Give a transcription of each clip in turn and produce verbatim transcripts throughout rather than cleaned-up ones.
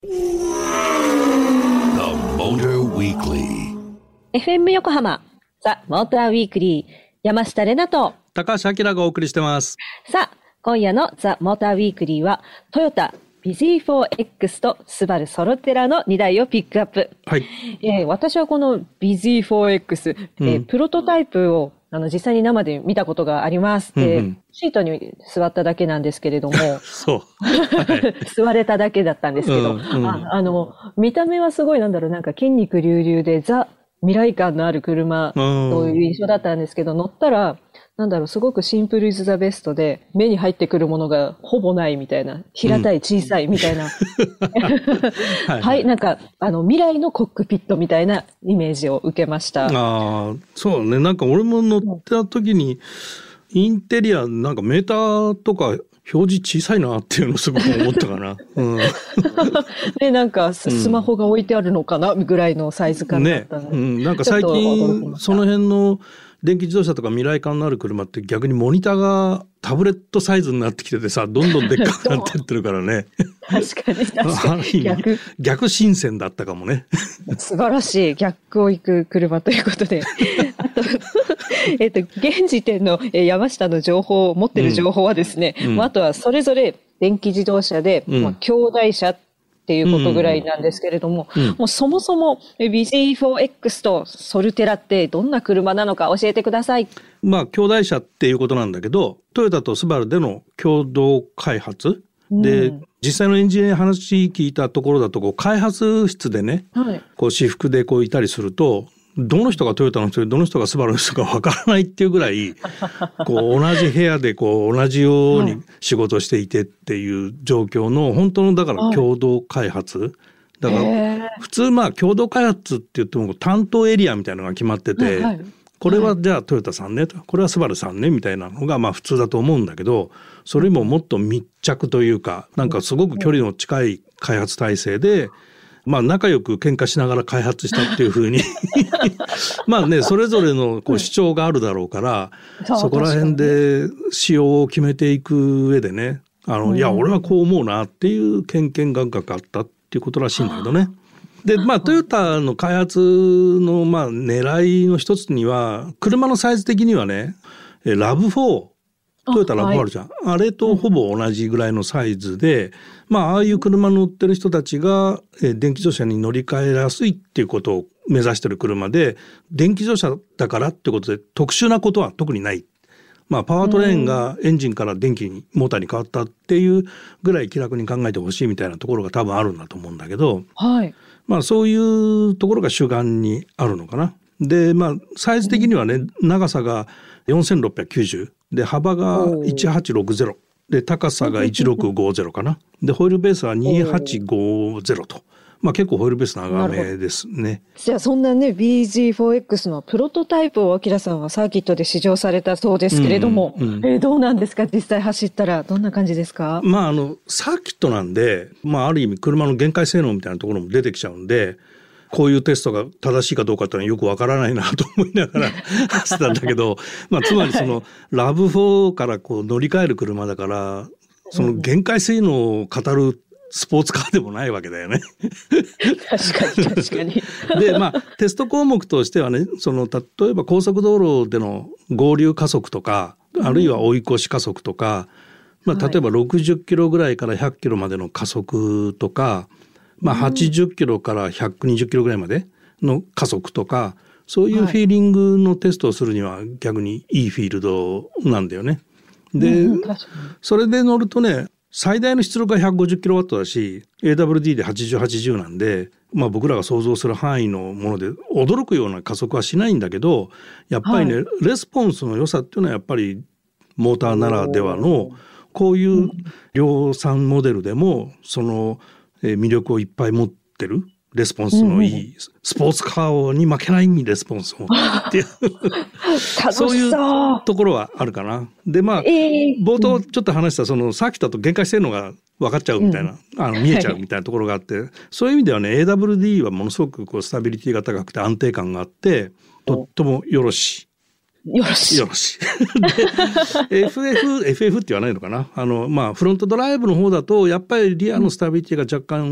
エフエム 横浜ザ・モーターウィークリー、山下れなと高橋明がお送りしてます。 さあ、今夜のザ・モーターウィークリーはトヨタ ビーゼットフォーエックス とスバルソルテラのにだいをピックアップ。 はい。 えー、私はこの ビーゼットフォーエックス、えーうん、プロトタイプをあの実際に生で見たことがあります。で、うんうん、シートに座っただけなんですけれども、 そう、 はい、座れただけだったんですけど、うんうん、あ, あの見た目はすごいなんだろうなんか筋肉隆々でザ未来感のある車という印象だったんですけど、乗ったらなんだろうすごくシンプルイズザベストで目に入ってくるものがほぼないみたいな、平たい小さいみたいな、うんはい、はい、なんかあの未来のコックピットみたいなイメージを受けました。 ああ、そうね。なんか俺も乗った時にインテリアなんかメーターとか表示小さいなっていうのをすごく思ったかな。うん、 でなんかスマホが置いてあるのかなぐらいのサイズ感だったので、 ね、うん、なんか最近その辺の電気自動車とか未来感のある車って逆にモニターがタブレットサイズになってきててさ、どんどんでっかくなってってるからね。 確かに確かに逆逆新鮮だったかもね。 素晴らしい逆を行く車ということで、あとえっと現時点の山下の情報持ってる情報はですね、うんうん、あとはそれぞれ電気自動車で、うんまあ、兄弟車っていうことぐらいなんですけれども、うんうん、もうそもそも ビーゼットフォーエックス とソルテラってどんな車なのか教えてください。 まあ兄弟車っていうことなんだけど、トヨタとスバルでの共同開発で、うん、実際のエンジニアに話聞いたところだとこう開発室でね、はい、こう私服でこういたりすると、どの人がトヨタの人でどの人がスバルの人かわからないっていうぐらいこう同じ部屋でこう同じように仕事していてっていう状況の本当のだから共同開発だから普通まあ共同開発って言っても担当エリアみたいなのが決まってて、これはじゃあトヨタさんねと、これはスバルさんねみたいなのがまあ普通だと思うんだけど、それももっと密着というかなんかすごく距離の近い開発体制でまあ仲良く喧嘩しながら開発したっていうふうにまあねそれぞれのこう主張があるだろうから、うん、そこら辺で仕様を決めていく上でね、あの、うん、いや俺はこう思うなっていうけんけんがんがあったっていうことらしいんだけどね。でまあトヨタの開発のまあ狙いの一つには車のサイズ的にはね ラブフォートヨタラブフォーあるじゃん、はい、あれとほぼ同じぐらいのサイズで、まあああいう車乗ってる人たちが電気自動車に乗り換えやすいっていうことを目指してる車で、電気自動車だからってことで特殊なことは特にない。まあパワートレーンがエンジンから電気にモーターに変わったっていうぐらい気楽に考えてほしいみたいなところが多分あるんだと思うんだけど、 はい、まあそういうところが主眼にあるのかな。でまあサイズ的にはね、長さがよんせんろっぴゃくきゅうじゅうで幅がいちはちろくゼロで高さがいちろくごゼロかな。でホイールベースはにはちごゼロと、まあ結構ホイールベース長めですね。 じゃあそんなね ビーゼットフォーエックス のプロトタイプを明さんはサーキットで試乗されたそうですけれども、うんうん、えー、どうなんですか、実際走ったらどんな感じですか。 まああのサーキットなんで、まあある意味車の限界性能みたいなところも出てきちゃうんで、こういうテストが正しいかどうかってのはよくわからないなと思いながら走ったんだけど、まあつまりそのラブフォーからこう乗り換える車だから、その限界性能を語るスポーツカーでもないわけだよね。 確かに確かに。 でまあテスト項目としてはね、その例えば高速道路での合流加速とか、あるいは追い越し加速とか、まあ例えばろくじゅっキロぐらいからひゃっキロまでの加速とか、まあ、はちじゅっキロからひゃくにじゅっキロぐらいまでの加速とか、そういうフィーリングのテストをするには逆にいいフィールドなんだよね。で、うん、それで乗るとね、最大の出力が ひゃくごじゅっキロワット だし エーダブリューディー ではちじゅうはちじゅうなんで、まあ、僕らが想像する範囲のもので驚くような加速はしないんだけど、やっぱりね、はい、レスポンスの良さっていうのはやっぱりモーターならではのこういう量産モデルでもその魅力をいっぱい持ってる、レスポンスのいい、うん、スポーツカーに負けないレスポンスをっていうそういうところはあるかな。でまあ、えー、冒頭ちょっと話したそのサーキットだと限界性能が分かっちゃうみたいな、うん、あの見えちゃうみたいなところがあって、はい、そういう意味ではね エーダブリューディー はものすごくこうスタビリティが高くて安定感があってとってもよろしい。 よろしい。 よろしい。で、エフエフ、エフエフ って言わないのかな。あの、まあ、フロントドライブの方だと、やっぱりリアのスタビリティが若干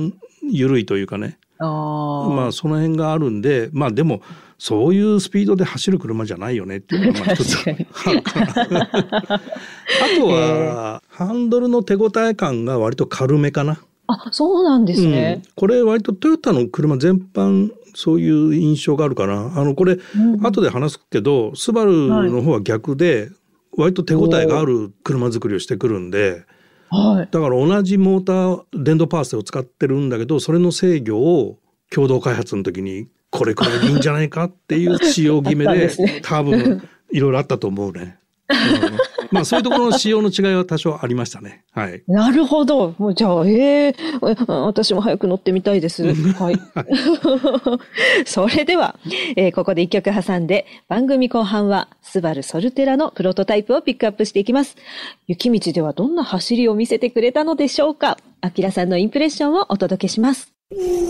緩いというかね。 あまあその辺があるんで、まあでもそういうスピードで走る車じゃないよねっていうのがまあ一つあるかな。あとはハンドルの手応え感が割と軽めかな。 あ、そうなんですね。 うん、これ割とトヨタの車全般そういう印象があるかな。あのこれ、うん、後で話すけどスバルの方は逆で、はい、割と手応えがある車作りをしてくるんで、はい、だから同じモーター電動パーセを使ってるんだけどそれの制御を共同開発の時にこれくらいでいいんじゃないかっていう仕様決めでね、多分いろいろあったと思うね。うん、まあそういうところの仕様の違いは多少ありましたね。はい。 なるほど。もうじゃあ、ええー、私も早く乗ってみたいです。はい。それでは、えー、ここで一曲挟んで番組後半はスバルソルテラのプロトタイプをピックアップしていきます。雪道ではどんな走りを見せてくれたのでしょうか。あきらさんのインプレッションをお届けします。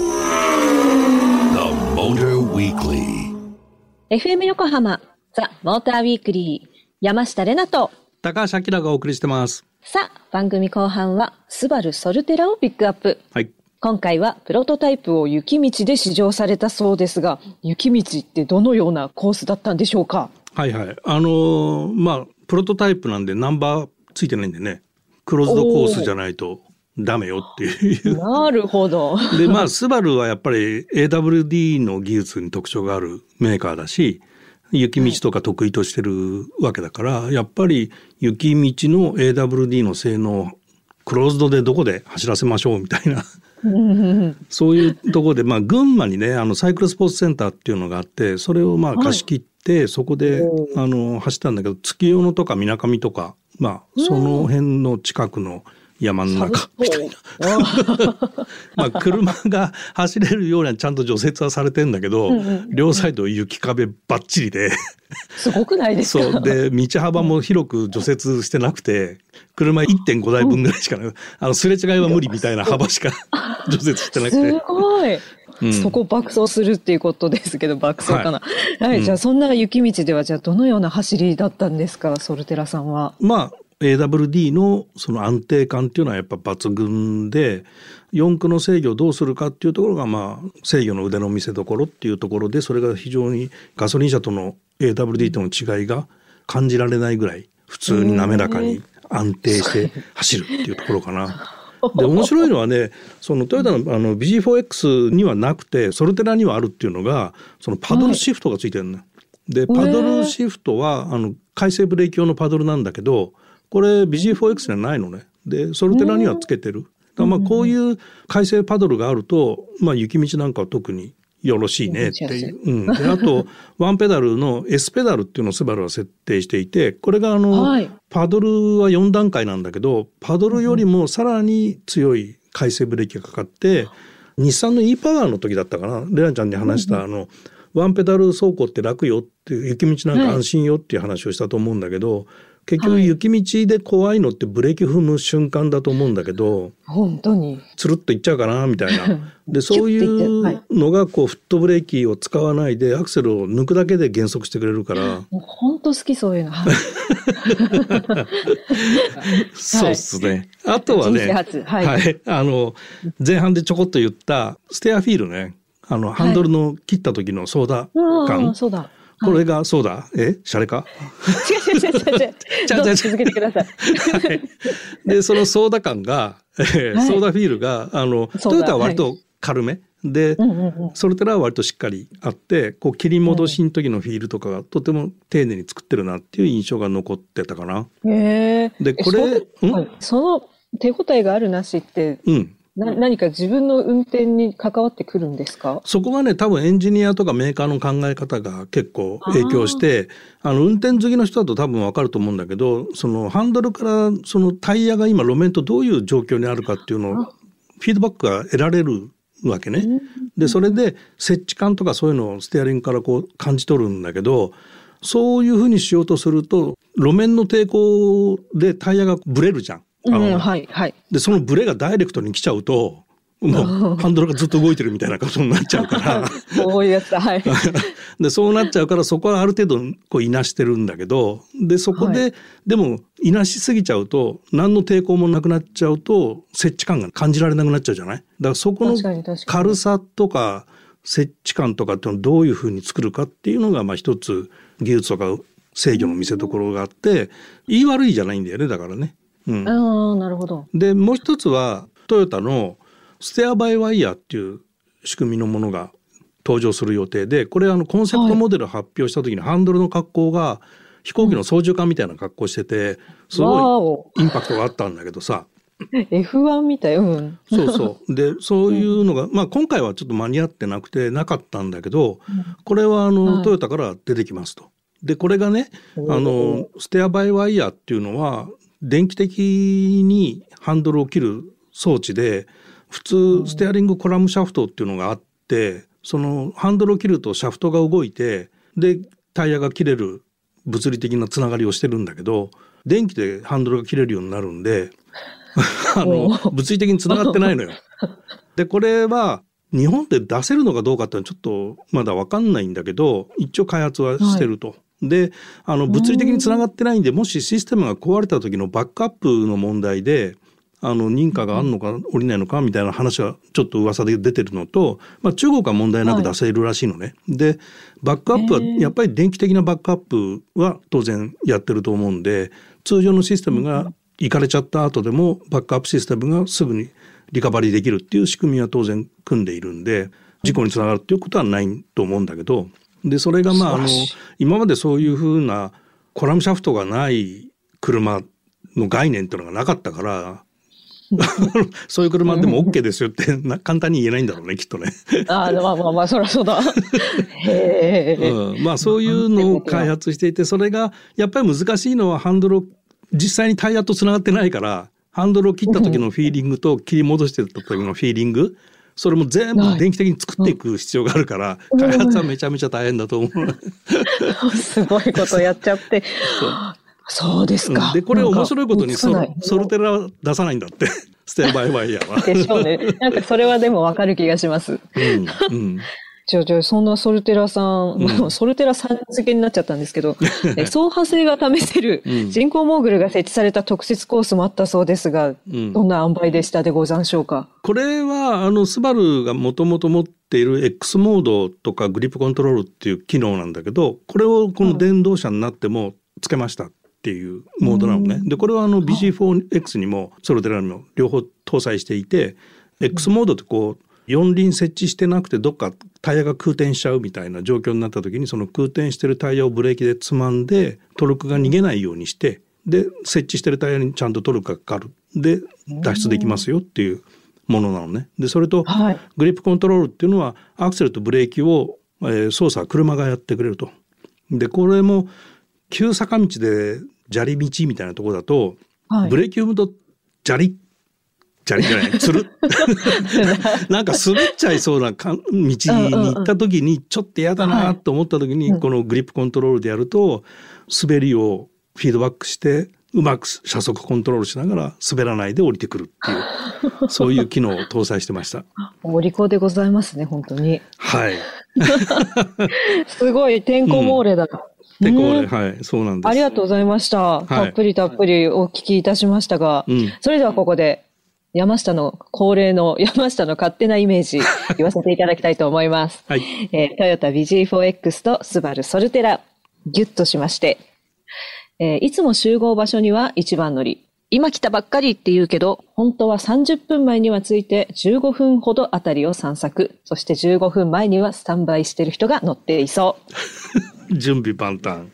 エフエム 横浜ザ・モーターウィークリー山下れなと高橋明がお送りしてます。 さあ番組後半はスバルソルテラをピックアップ、 はい、 今回はプロトタイプを雪道で試乗されたそうですが雪道ってどのようなコースだったんでしょうか。 はいはいあのー、まあプロトタイプなんでナンバーついてないんでねクローズドコースじゃないとダメよっていうなるほどでまあスバルはやっぱり エーダブリューディー の技術に特徴があるメーカーだし雪道とか得意としてるわけだから、はい、やっぱり雪道の エーダブリューディー の性能クローズドでどこで走らせましょうみたいなそういうところで、まあ、群馬にねあのサイクルスポーツセンターっていうのがあってそれをまあ貸し切って、はい、そこであの走ったんだけど月夜野とか水上とか、まあ、その辺の近くの山の中みたいなまあ車が走れるようにはちゃんと除雪はされてんだけど、うんうんうん、両サイド雪壁バッチリですごくないですか。 そうで道幅も広く除雪してなくて車 いってんご 台分ぐらいしかない、うん、あのすれ違いは無理みたいな幅しか除雪してなくてすごい、うん、そこ爆走するっていうことですけど爆走かな、はいはい、じゃあそんな雪道ではじゃあどのような走りだったんですかソルテラさんは。 まあエーダブリューディー のその安定感っていうのはやっぱ抜群で四駆の制御をどうするかっていうところがまあ制御の腕の見せ所っていうところでそれが非常にガソリン車との エーダブリューディー との違いが感じられないぐらい普通に滑らかに安定して走るっていうところかな。で面白いのはねそのトヨタの, あの ビージーフォーエックス にはなくてソルテラにはあるっていうのがそのパドルシフトがついてるの、はい、でパドルシフトはあの回生ブレーキ用のパドルなんだけどこれ ビージーフォーエックス にはないのね。でソルテラにはつけてる。だまあこういう回生パドルがあると、まあ、雪道なんかは特によろしいねっていう。うん、であとワンペダルの S ペダルっていうのをスバルは設定していてこれがあの、はい、パドルはよん段階なんだけどパドルよりもさらに強い回生ブレーキがかかって、うん、日産の E パワーの時だったかなレナちゃんに話した、うん、あのワンペダル走行って楽よって雪道なんか安心よっていう話をしたと思うんだけど、はい結局雪道で怖いのってブレーキ踏む瞬間だと思うんだけど、 本当につるっといっちゃうかなみたいなでそういうのがこうフットブレーキを使わないでアクセルを抜くだけで減速してくれるからもう本当好きそういうのそうっすね、はい、あとはね、はいはい、あの前半でちょこっと言ったステアフィールねあのハンドルの切った時のソーダ感、 はい、そうだこれがそうだえシャレか違う違う違う違うちゃんと続けてください、 はい、でそのソーダ感が、えーはい、ソーダフィールがあのトヨタは割と軽め、はい、で、うんうんうん、ソルテラは割としっかりあってこう切り戻しの時のフィールとかがとても丁寧に作ってるなっていう印象が残ってたかな。 へーでこれそ、はい、その手応えがあるなしって、うんな何か自分の運転に関わってくるんですか？ そこがね多分エンジニアとかメーカーの考え方が結構影響してあの運転好きの人だと多分わかると思うんだけどそのハンドルからそのタイヤが今路面とどういう状況にあるかっていうのをフィードバックが得られるわけね。でそれで接地感とかそういうのをステアリングからこう感じ取るんだけどそういうふうにしようとすると路面の抵抗でタイヤがブレるじゃん。あの、うんはいはい、でそのブレがダイレクトに来ちゃうともうハンドルがずっと動いてるみたいなことになっちゃうからそういうやつだ、はい、 でそうなっちゃうからそこはある程度こういなしてるんだけど、でそこで、はい、でもいなしすぎちゃうと何の抵抗もなくなっちゃうと接地感が感じられなくなっちゃうじゃない。だからそこの軽さとか接地感とかっていうのをどういうふうに作るかっていうのがまあ一つ技術とか制御の見せ所があって、言い悪いじゃないんだよね、だからね。うん、 ああ、なるほど。 でもう一つはトヨタのステアバイワイヤーっていう仕組みのものが登場する予定で、これあのコンセプトモデル発表した時にハンドルの格好が飛行機の操縦桿みたいな格好してて、すごいインパクトがあったんだけどさエフワン みたい、うん、 そうそうでそういうのが、まあ、今回はちょっと間に合ってなくてなかったんだけど、これはあの、はい、トヨタから出てきますと。でこれがね、あのステアバイワイヤーっていうのは電気的にハンドルを切る装置で、普通ステアリングコラムシャフトっていうのがあって、そのハンドルを切るとシャフトが動いて、でタイヤが切れる物理的なつながりをしてるんだけど、電気でハンドルが切れるようになるんであの物理的につながってないのよ。でこれは日本で出せるのかどうかってのはちょっとまだ分かんないんだけど、一応開発はしてると。はい、であの物理的につながってないんで、もしシステムが壊れた時のバックアップの問題であの認可があるのか下りないのかみたいな話はちょっと噂で出てるのと、まあ、中国は問題なく出せるらしいのね。はい、でバックアップはやっぱり電気的なバックアップは当然やってると思うんで、通常のシステムがいかれちゃった後でもバックアップシステムがすぐにリカバリーできるっていう仕組みは当然組んでいるんで、事故につながるっていうことはないと思うんだけど、でそれがまああの今までそういうふうなコラムシャフトがない車の概念っていうのがなかったからそういう車でも OK ですよって簡単に言えないんだろうね、きっとね。ああ、まあまあまあ、そりゃそうだ。へえ、うん。まあそういうのを開発していて、それがやっぱり難しいのはハンドルを実際にタイヤとつながってないから、ハンドルを切った時のフィーリングと切り戻してた時のフィーリング、それも全部電気的に作っていく必要があるから、開発はめちゃめちゃ大変だと思う。すごいことやっちゃって。そうですか。で、これ面白いことにソル、ソルテラは出さないんだって。ステアバイワイヤーは。でしょうね。なんかそれはでもわかる気がします。うんうん、じゃあ、じゃあそんなソルテラさん、うん、ソルテラさん付けになっちゃったんですけど、走破性が試せる人工モーグルが設置された特設コースもあったそうですが、うん、どんな塩梅でしたでござんしょうか。これは、あの、スバルがもともと持っている X モードとかグリップコントロールっていう機能なんだけど、これをこの電動車になってもつけました。っていうモードなのね。でこれはあの ビージーフォーエックス にもソルテラにも両方搭載していて、 X モードってこう四輪設置してなくてどっかタイヤが空転しちゃうみたいな状況になった時に、その空転してるタイヤをブレーキでつまんでトルクが逃げないようにして、で設置してるタイヤにちゃんとトルクがかかるで脱出できますよっていうものなのね。でそれとグリップコントロールっていうのはアクセルとブレーキを、えー、操作は車がやってくれると。でこれも急坂道で砂利道みたいなところだと、はい、ブレーキ踏むと砂利砂利じゃないつるなんか滑っちゃいそうな道に行った時にちょっと嫌だなと思った時に、このグリップコントロールでやると滑りをフィードバックしてうまく車速コントロールしながら滑らないで降りてくるっていうそういう機能を搭載してました。お利口でございますね、本当に。はいすごいてんこ盛れだ、うんでこれ、はい、そうなんです。ありがとうございました。はい、たっぷりたっぷりお聞きいたしましたが、うん、それではここで山下の恒例の山下の勝手なイメージ言わせていただきたいと思います。はい、えー、トヨタ ビージーフォーエックス とスバルソルテラギュッとしまして、えー、いつも集合場所には一番乗り、今来たばっかりって言うけど本当はさんじゅっぷんまえには着いてじゅうごふんほどあたりを散策、そしてじゅうごふんまえにはスタンバイしている人が乗っていそう準備万端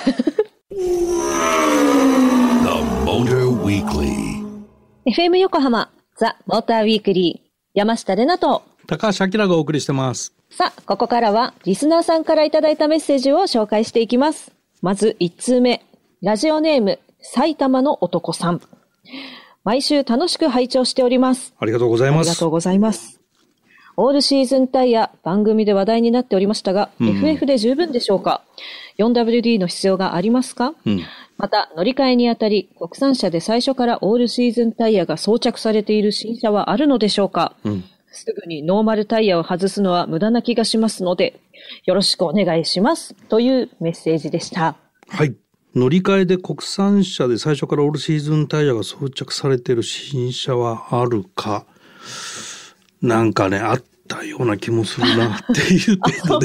エフエム 横浜ザ・モーターウィークリー、山下れなと高橋明がお送りしてます。さあ、ここからはリスナーさんからいただいたメッセージを紹介していきます。まずいち通目、ラジオネーム埼玉の男さん。毎週楽しく拝聴しております。ありがとうございます。ありがとうございます。オールシーズンタイヤ、番組で話題になっておりましたが、うん、エフエフ で十分でしょうか？ フォーダブリューディー の必要がありますか？うん、また、乗り換えにあたり、国産車で最初からオールシーズンタイヤが装着されている新車はあるのでしょうか？うん、 すぐにノーマルタイヤを外すのは無駄な気がしますので、よろしくお願いします。というメッセージでした。 はい。乗り換えで国産車で最初からオールシーズンタイヤが装着されている新車はあるか。なんかね、あったような気もするなっていう程度で。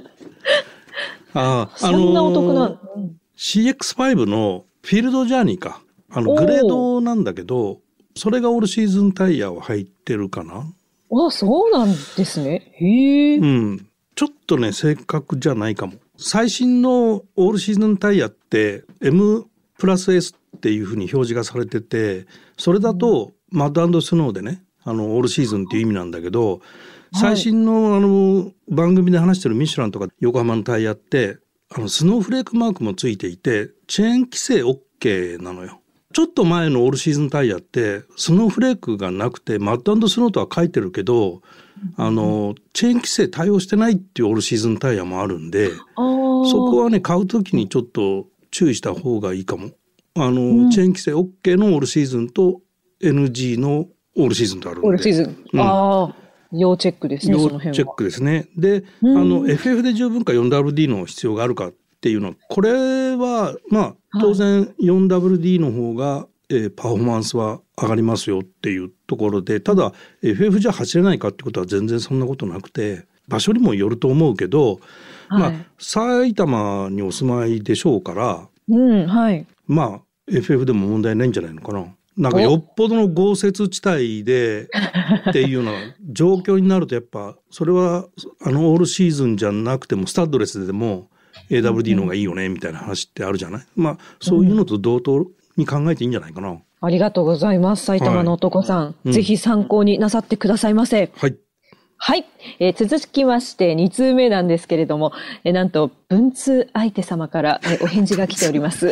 ああ、そんなお得なの、あのー、 シーエックスファイブ のフィールドジャーニーか。あのグレードなんだけど、それがオールシーズンタイヤは入ってるかな。 あ、そうなんですね。へえ。 うん。ちょっとね、正確じゃないかも。最新のオールシーズンタイヤって エム プラス エス っていうふうに表示がされてて、それだとマッド&スノーでね、あのオールシーズンっていう意味なんだけど、最新のあの番組で話してるミシュランとか横浜のタイヤってあのスノーフレークマークもついていて、チェーン規制 OK なのよ。ちょっと前のオールシーズンタイヤってスノーフレークがなくてマッド&スノーとは書いてるけど、あのチェーン規制対応してないっていうオールシーズンタイヤもあるんで、そこはね買うときにちょっと注意した方がいいかも。あの、うん、チェーン規制 OK のオールシーズンと エヌジー のオールシーズンとあるんで。 オールシーズン、うん、ああ要チェックですね。 要チェックですね。で、うん、あの エフエフ で十分か フォーダブリューディー の必要があるかっていうのは、これはまあ当然 フォーダブリューディー の方が、えー、パフォーマンスは上がりますよっていうところで、ただ エフエフ じゃ走れないかってことは全然そんなことなくて、場所にもよると思うけど、はい、まあ埼玉にお住まいでしょうから、 うんはい、 まあ エフエフ でも問題ないんじゃないのかな。なんかよっぽどの豪雪地帯でっていうような状況になると、やっぱそれはあのオールシーズンじゃなくてもスタッドレスでも エーダブリューディー の方がいいよねみたいな話ってあるじゃない。まあそういうのと同等に考えていいんじゃないかな。 ありがとうございます。埼玉の男さん、はいうん、ぜひ参考になさってくださいませ。 はい。 はい、えー、続きましてに通目なんですけれども、えー、なんと文通相手様から、えー、お返事が来ております。 はい、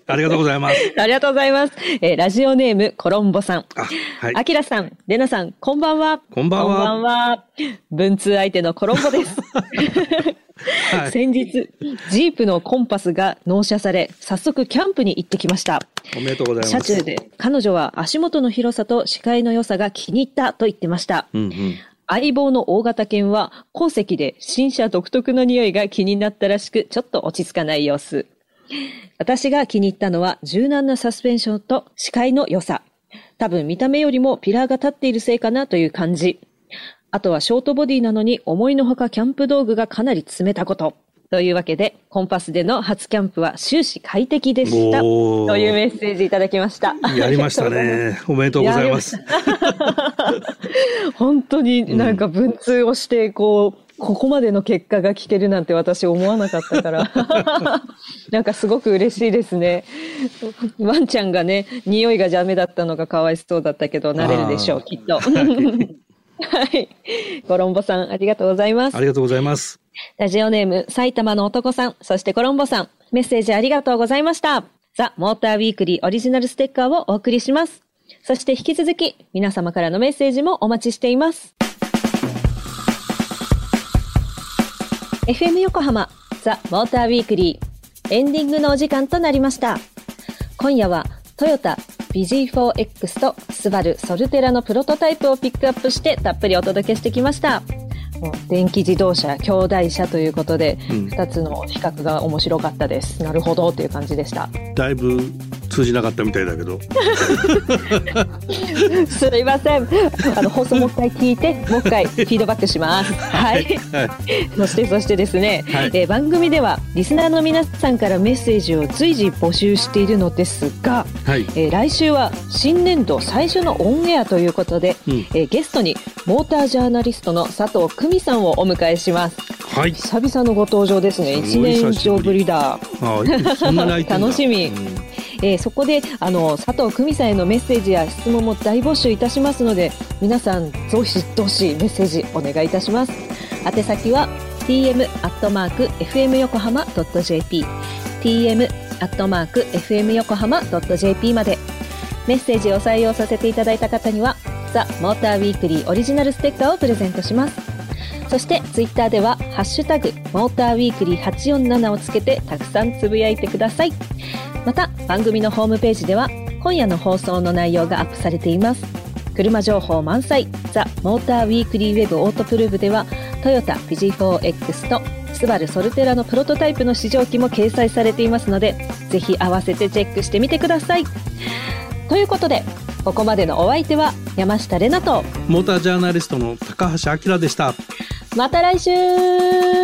ありがとうございます。 ありがとうございます。えー、ラジオネームコロンボさん。あ、はい。あきらさん、レナさん、こんばんは。 こんばんは。 こんばんは。文通相手のコロンボです。はい、先日ジープのコンパスが納車され、早速キャンプに行ってきました。 おめでとうございます。 車中で彼女は足元の広さと視界の良さが気に入ったと言ってました、うんうん、相棒の大型犬は後席で新車独特の匂いが気になったらしく、ちょっと落ち着かない様子。私が気に入ったのは柔軟なサスペンションと視界の良さ。多分見た目よりもピラーが立っているせいかなという感じ。あとはショートボディなのに思いのほかキャンプ道具がかなり詰めたこと。というわけで、コンパスでの初キャンプは終始快適でした。というメッセージいただきました。 やりましたね。おめでとうございます。 本当になんか文通をして、こう、ここまでの結果が聞けるなんて私思わなかったから。なんかすごく嬉しいですね。ワンちゃんがね、匂いがダメだったのがかわいそうだったけど、慣れるでしょう、きっと。はい。コロンボさん、ありがとうございます。 ありがとうございます。 ラジオネーム、埼玉の男さん、そしてコロンボさん、メッセージありがとうございました。ザ・モーターウィークリーオリジナルステッカーをお送りします。そして引き続き、皆様からのメッセージもお待ちしています。エフエム 横浜、ザ・モーターウィークリー、エンディングのお時間となりました。今夜は、トヨタビジーフォーエックス とスバルソルテラのプロトタイプをピックアップしてたっぷりお届けしてきました。もう電気自動車兄弟車ということで、うん、ふたつの比較が面白かったです。なるほどという感じでした。 だいぶ通じなかったみたいだけどすいません、あの放送もう一回聞いてもう一回フィードバックしますはい、はい、そしてそしてですね、はい、えー、番組ではリスナーの皆さんからメッセージを随時募集しているのですが、はい、えー、来週は新年度最初のオンエアということで、うん、えー、ゲストにモータージャーナリストの佐藤久美さんをお迎えします。はい、久々のご登場ですね。いちねん以上ぶりだ。 あ、そんなに楽しみ、うん、えー、そこであの佐藤久美さんへのメッセージや質問も大募集いたしますので、皆さんどしどしメッセージお願いいたします。宛先は ティーエム アットマーク エフエム 横浜 ドット ジェーピー ティーエム アットマーク エフエム 横浜 ドット ジェーピー まで。メッセージを採用させていただいた方にはザ・モーターウィークリーオリジナルステッカーをプレゼントします。そしてツイッターではハッシュタグモーターウィークリーはちよんななをつけてたくさんつぶやいてください。また番組のホームページでは今夜の放送の内容がアップされています。 車情報満載ザ・モーターウィークリーウェブオートプルーブではトヨタ フィジーフォーエックス とスバルソルテラのプロトタイプの試乗機も掲載されていますので、ぜひ合わせてチェックしてみてください。ということでここまでのお相手は山下れなとモータージャーナリストの高橋明でした。 また来週。